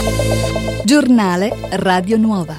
Giornale Radio Nuova.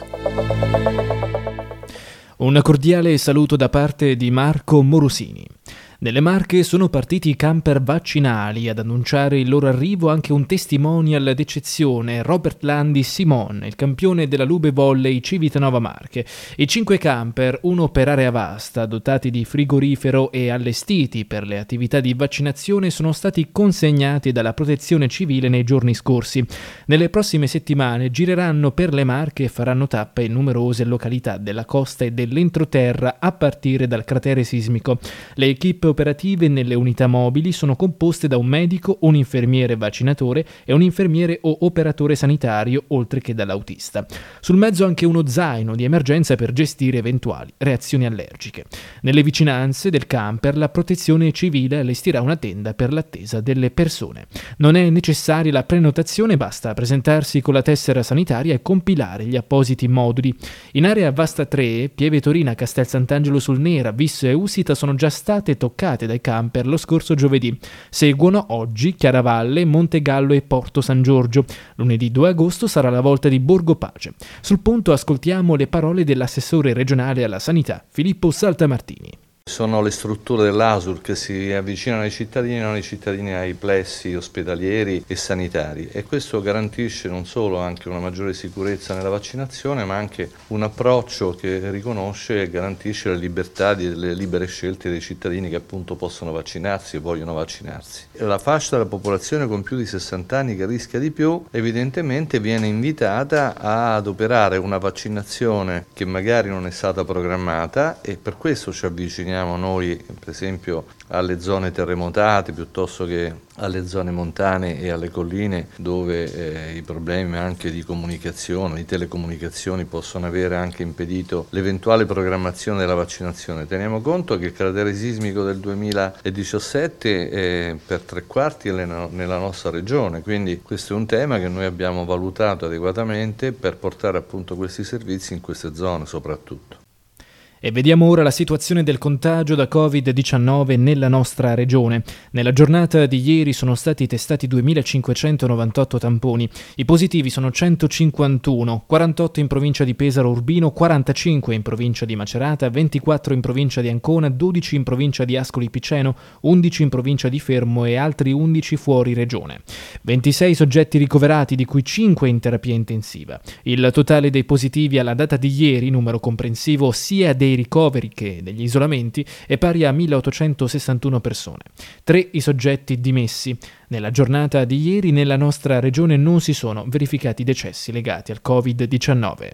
Un cordiale saluto da parte di Marco Morosini. Nelle Marche sono partiti i camper vaccinali. Ad annunciare il loro arrivo anche un testimonial d'eccezione, Robert Landi Simon, il campione della Lube Volley Civitanova Marche. I 5 camper, uno per area vasta, dotati di frigorifero e allestiti per le attività di vaccinazione, sono stati consegnati dalla Protezione Civile nei giorni scorsi. Nelle prossime settimane gireranno per le Marche e faranno tappa in numerose località della costa e dell'entroterra a partire dal cratere sismico. Le equipe operative nelle unità mobili sono composte da un medico, un infermiere vaccinatore e un infermiere o operatore sanitario, oltre che dall'autista. Sul mezzo anche uno zaino di emergenza per gestire eventuali reazioni allergiche. Nelle vicinanze del camper la Protezione Civile allestirà una tenda per l'attesa delle persone. Non è necessaria la prenotazione, basta presentarsi con la tessera sanitaria e compilare gli appositi moduli. In area Vasta 3, Pieve Torina, Castel Sant'Angelo sul Nera, Visso e Usita sono già state toccate dai camper lo scorso giovedì. Seguono oggi Chiaravalle, Montegallo e Porto San Giorgio. Lunedì 2 agosto sarà la volta di Borgo Pace. Sul punto ascoltiamo le parole dell'assessore regionale alla sanità, Filippo Saltamartini. Sono le strutture dell'ASUR che si avvicinano ai cittadini e non ai cittadini ai plessi ospedalieri e sanitari, e questo garantisce non solo anche una maggiore sicurezza nella vaccinazione, ma anche un approccio che riconosce e garantisce la libertà delle libere scelte dei cittadini che appunto possono vaccinarsi e vogliono vaccinarsi. La fascia della popolazione con più di 60 anni che rischia di più evidentemente viene invitata ad operare una vaccinazione che magari non è stata programmata, e per questo ci avviciniamo noi per esempio alle zone terremotate piuttosto che alle zone montane e alle colline, dove i problemi anche di comunicazione, di telecomunicazioni possono avere anche impedito l'eventuale programmazione della vaccinazione. Teniamo conto che il cratere sismico del 2017 è per 3/4 nella nostra regione, quindi questo è un tema che noi abbiamo valutato adeguatamente per portare appunto questi servizi in queste zone soprattutto. E vediamo ora la situazione del contagio da Covid-19 nella nostra regione. Nella giornata di ieri sono stati testati 2.598 tamponi. I positivi sono 151, 48 in provincia di Pesaro Urbino, 45 in provincia di Macerata, 24 in provincia di Ancona, 12 in provincia di Ascoli Piceno, 11 in provincia di Fermo e altri 11 fuori regione. 26 soggetti ricoverati, di cui 5 in terapia intensiva. Il totale dei positivi alla data di ieri, numero comprensivo sia dei ricoveri che degli isolamenti, è pari a 1.861 persone. 3 i soggetti dimessi. Nella giornata di ieri nella nostra regione non si sono verificati decessi legati al Covid-19.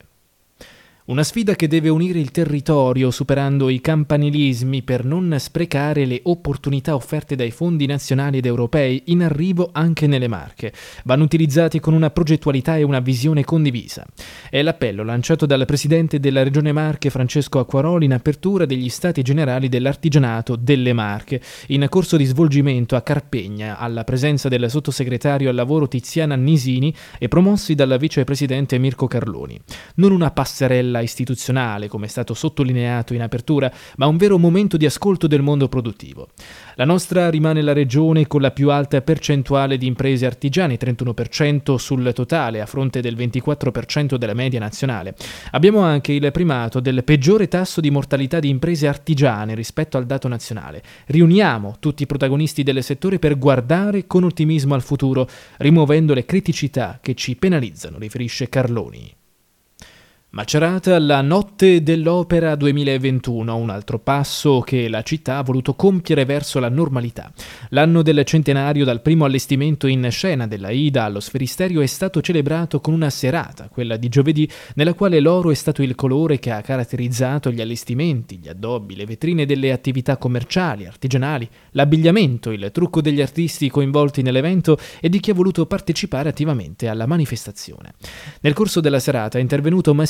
Una sfida che deve unire il territorio superando i campanilismi per non sprecare le opportunità offerte dai fondi nazionali ed europei in arrivo anche nelle Marche. Vanno utilizzati con una progettualità e una visione condivisa. È l'appello lanciato dal presidente della Regione Marche Francesco Acquaroli in apertura degli Stati Generali dell'Artigianato delle Marche, in corso di svolgimento a Carpegna, alla presenza del sottosegretario al lavoro Tiziana Nisini e promossi dal vicepresidente Mirko Carloni. Non una passerella istituzionale, come è stato sottolineato in apertura, ma un vero momento di ascolto del mondo produttivo. La nostra rimane la regione con la più alta percentuale di imprese artigiane, 31% sul totale, a fronte del 24% della media nazionale. Abbiamo anche il primato del peggiore tasso di mortalità di imprese artigiane rispetto al dato nazionale. Riuniamo tutti i protagonisti del settore per guardare con ottimismo al futuro, rimuovendo le criticità che ci penalizzano, riferisce Carloni. Macerata, la Notte dell'Opera 2021, un altro passo che la città ha voluto compiere verso la normalità. L'anno del centenario dal primo allestimento in scena della Ida allo Sferisterio è stato celebrato con una serata, quella di giovedì, nella quale l'oro è stato il colore che ha caratterizzato gli allestimenti, gli addobbi, le vetrine delle attività commerciali, artigianali, l'abbigliamento, il trucco degli artisti coinvolti nell'evento e di chi ha voluto partecipare attivamente alla manifestazione. Nel corso della serata è intervenuto Massimo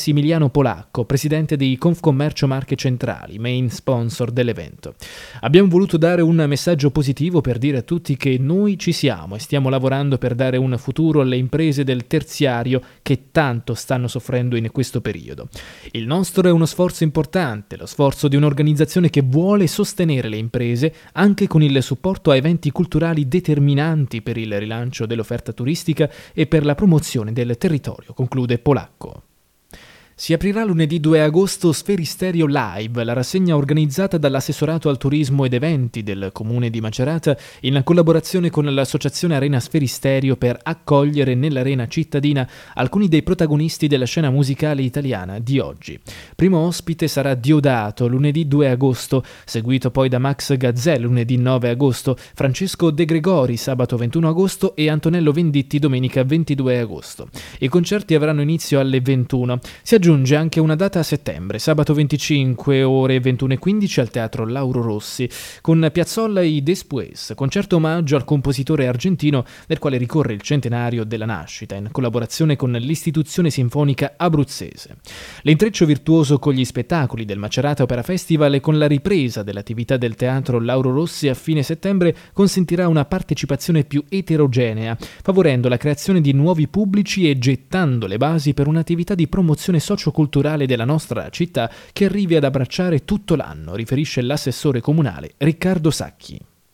Massimiliano Polacco, presidente di Confcommercio Marche Centrali, main sponsor dell'evento. Abbiamo voluto dare un messaggio positivo per dire a tutti che noi ci siamo e stiamo lavorando per dare un futuro alle imprese del terziario che tanto stanno soffrendo in questo periodo. Il nostro è uno sforzo importante, lo sforzo di un'organizzazione che vuole sostenere le imprese anche con il supporto a eventi culturali determinanti per il rilancio dell'offerta turistica e per la promozione del territorio, conclude Polacco. Si aprirà lunedì 2 agosto Sferisterio Live, la rassegna organizzata dall'Assessorato al Turismo ed Eventi del Comune di Macerata in collaborazione con l'Associazione Arena Sferisterio per accogliere nell'arena cittadina alcuni dei protagonisti della scena musicale italiana di oggi. Primo ospite sarà Diodato lunedì 2 agosto, seguito poi da Max Gazzè lunedì 9 agosto, Francesco De Gregori sabato 21 agosto e Antonello Venditti domenica 22 agosto. I concerti avranno inizio alle 21. Si aggiunge anche una data a settembre, sabato 25 ore 21:15 al Teatro Lauro Rossi, con Piazzolla i Después, concerto omaggio al compositore argentino del quale ricorre il centenario della nascita, in collaborazione con l'Istituzione Sinfonica Abruzzese. L'intreccio virtuoso con gli spettacoli del Macerata Opera Festival e con la ripresa dell'attività del Teatro Lauro Rossi a fine settembre consentirà una partecipazione più eterogenea, favorendo la creazione di nuovi pubblici e gettando le basi per un'attività di promozione socioculturale della nostra città che arrivi ad abbracciare tutto l'anno, riferisce l'assessore comunale Riccardo Sacchi.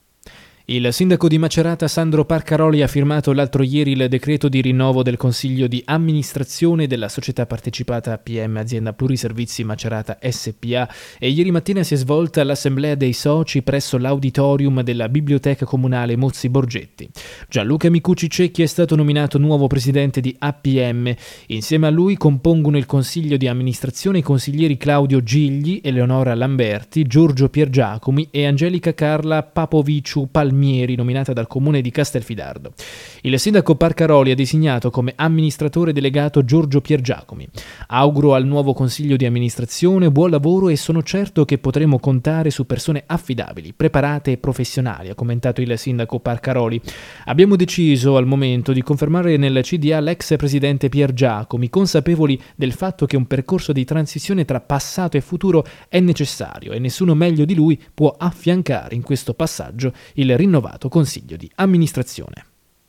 Il sindaco di Macerata Sandro Parcaroli ha firmato l'altro ieri il decreto di rinnovo del consiglio di amministrazione della società partecipata APM Azienda Pluriservizi Macerata SPA e ieri mattina si è svolta l'assemblea dei soci presso l'auditorium della biblioteca comunale Mozzi Borgetti. Gianluca Micucci Cecchi è stato nominato nuovo presidente di APM. Insieme a lui compongono il consiglio di amministrazione i consiglieri Claudio Gigli, Eleonora Lamberti, Giorgio Piergiacomi e Angelica Carla Papoviciu Palmieri, nominata dal comune di Castelfidardo. Il sindaco Parcaroli ha designato come amministratore delegato Giorgio Piergiacomi. Auguro al nuovo consiglio di amministrazione buon lavoro e sono certo che potremo contare su persone affidabili, preparate e professionali, ha commentato il sindaco Parcaroli. Abbiamo deciso al momento di confermare nel CDA l'ex presidente Piergiacomi, consapevoli del fatto che un percorso di transizione tra passato e futuro è necessario e nessuno meglio di lui può affiancare in questo passaggio il rinnovato consiglio di amministrazione.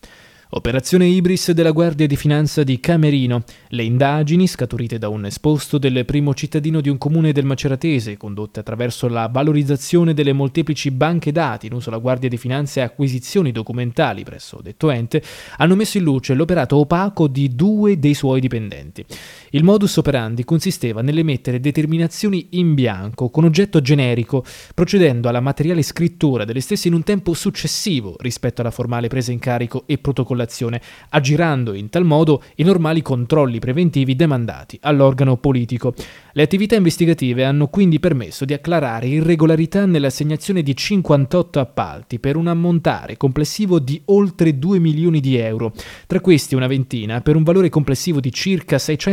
Operazione Ibris della Guardia di Finanza di Camerino. Le indagini, scaturite da un esposto del primo cittadino di un comune del Maceratese, condotte attraverso la valorizzazione delle molteplici banche dati in uso alla Guardia di Finanza e acquisizioni documentali presso detto ente, hanno messo in luce l'operato opaco di 2 dei suoi dipendenti. Il modus operandi consisteva nell'emettere determinazioni in bianco con oggetto generico, procedendo alla materiale scrittura delle stesse in un tempo successivo rispetto alla formale presa in carico e protocollazione, aggirando in tal modo i normali controlli preventivi demandati all'organo politico. Le attività investigative hanno quindi permesso di acclarare irregolarità nell'assegnazione di 58 appalti per un ammontare complessivo di oltre 2 milioni di euro. Tra questi una ventina, per un valore complessivo di circa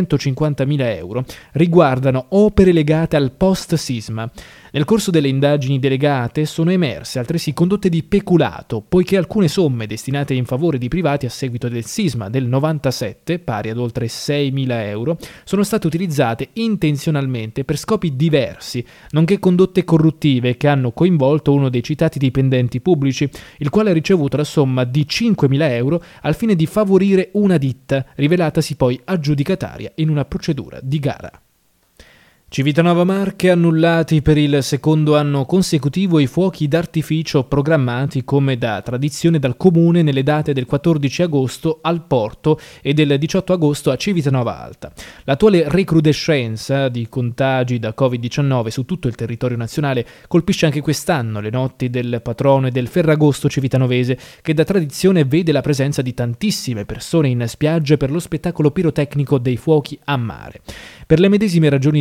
650.000 euro, riguardano opere legate al post-sisma. Nel corso delle indagini delegate sono emerse altresì condotte di peculato, poiché alcune somme destinate in favore di privati a seguito del sisma del 97, pari ad oltre 6.000 euro, sono state utilizzate intenzionalmente per scopi diversi, nonché condotte corruttive che hanno coinvolto uno dei citati dipendenti pubblici, il quale ha ricevuto la somma di 5.000 euro al fine di favorire una ditta, rivelatasi poi aggiudicataria in una procedura di gara. Civitanova Marche annullati per il secondo anno consecutivo i fuochi d'artificio programmati come da tradizione dal comune nelle date del 14 agosto al Porto e del 18 agosto a Civitanova Alta. L'attuale recrudescenza di contagi da Covid-19 su tutto il territorio nazionale colpisce anche quest'anno le notti del patrono e del Ferragosto civitanovese, che da tradizione vede la presenza di tantissime persone in spiaggia per lo spettacolo pirotecnico dei fuochi a mare. Per le medesime ragioni di sicurezza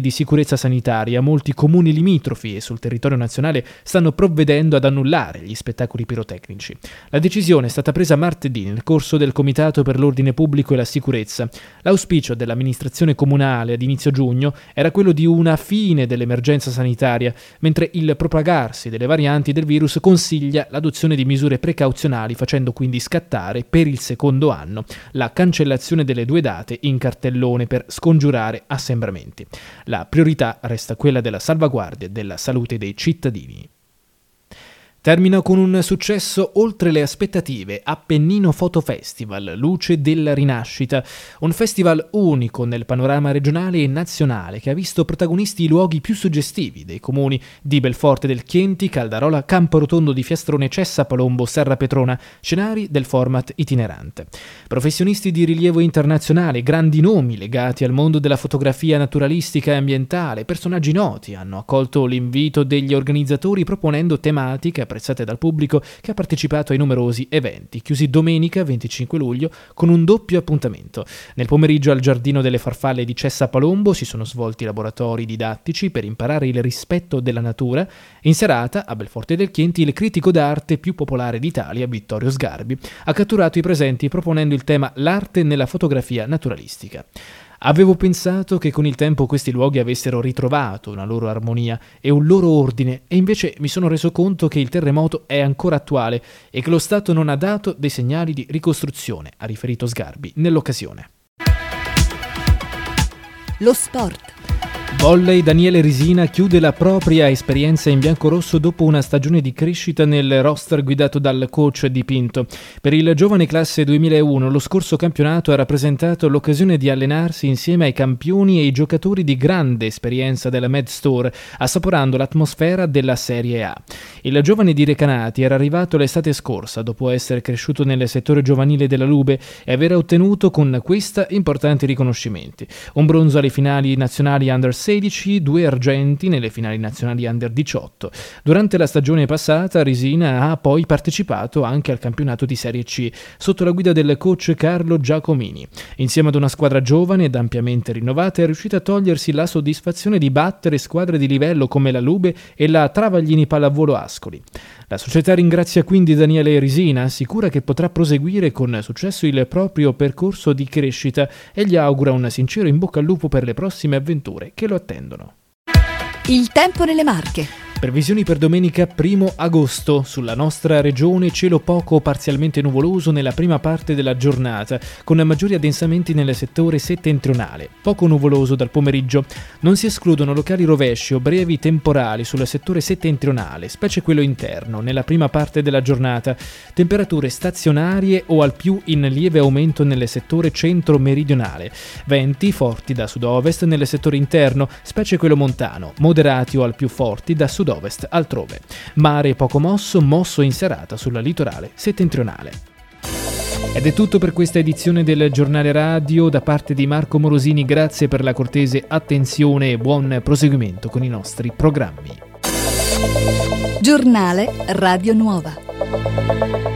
sicurezza sanitaria, molti comuni limitrofi e sul territorio nazionale stanno provvedendo ad annullare gli spettacoli pirotecnici. La decisione è stata presa martedì nel corso del Comitato per l'Ordine Pubblico e la Sicurezza. L'auspicio dell'amministrazione comunale ad inizio giugno era quello di una fine dell'emergenza sanitaria, mentre il propagarsi delle varianti del virus consiglia l'adozione di misure precauzionali, facendo quindi scattare per il secondo anno la cancellazione delle 2 date in cartellone per scongiurare assembramenti. La priorità resta quella della salvaguardia della salute dei cittadini. Termina con un successo oltre le aspettative Appennino Photo Festival, luce della rinascita, un festival unico nel panorama regionale e nazionale che ha visto protagonisti i luoghi più suggestivi dei comuni di Belforte del Chienti, Caldarola, Camporotondo di Fiastrone, Cessa Palombo, Serra Petrona, scenari del format itinerante. Professionisti di rilievo internazionale, grandi nomi legati al mondo della fotografia naturalistica e ambientale, personaggi noti hanno accolto l'invito degli organizzatori proponendo tematiche apprezzate dal pubblico che ha partecipato ai numerosi eventi, chiusi domenica 25 luglio con un doppio appuntamento. Nel pomeriggio al Giardino delle Farfalle di Cessa Palombo si sono svolti laboratori didattici per imparare il rispetto della natura. In serata, a Belforte del Chienti, il critico d'arte più popolare d'Italia, Vittorio Sgarbi, ha catturato i presenti proponendo il tema L'arte nella fotografia naturalistica. Avevo pensato che con il tempo questi luoghi avessero ritrovato una loro armonia e un loro ordine, e invece mi sono reso conto che il terremoto è ancora attuale e che lo Stato non ha dato dei segnali di ricostruzione, ha riferito Sgarbi nell'occasione. Lo sport. Volley, Daniele Risina chiude la propria esperienza in biancorosso dopo una stagione di crescita nel roster guidato dal coach Di Pinto. Per il giovane classe 2001 lo scorso campionato ha rappresentato l'occasione di allenarsi insieme ai campioni e ai giocatori di grande esperienza della Med Store, assaporando l'atmosfera della Serie A. Il giovane di Recanati era arrivato l'estate scorsa dopo essere cresciuto nel settore giovanile della Lube e aver ottenuto con questa importanti riconoscimenti. Un bronzo alle finali nazionali Under 16, 2 argenti nelle finali nazionali Under 18. Durante la stagione passata Risina ha poi partecipato anche al campionato di Serie C sotto la guida del coach Carlo Giacomini. Insieme ad una squadra giovane ed ampiamente rinnovata è riuscita a togliersi la soddisfazione di battere squadre di livello come la Lube e la Travaglini Pallavolo Ascoli. La società ringrazia quindi Daniele Risina, sicura che potrà proseguire con successo il proprio percorso di crescita e gli augura un sincero in bocca al lupo per le prossime avventure che lo attendono. Il tempo nelle Marche. Previsioni per domenica 1 agosto. Sulla nostra regione cielo poco o parzialmente nuvoloso nella prima parte della giornata, con maggiori addensamenti nel settore settentrionale. Poco nuvoloso dal pomeriggio. Non si escludono locali rovesci o brevi temporali sul settore settentrionale, specie quello interno, nella prima parte della giornata. Temperature stazionarie o al più in lieve aumento nel settore centro-meridionale. Venti forti da sud-ovest nel settore interno, specie quello montano, moderati o al più forti da sud-ovest altrove. Mare poco mosso in serata sul litorale settentrionale. Ed è tutto per questa edizione del Giornale Radio. Da parte di Marco Morosini, grazie per la cortese attenzione e buon proseguimento con i nostri programmi. Giornale Radio Nuova.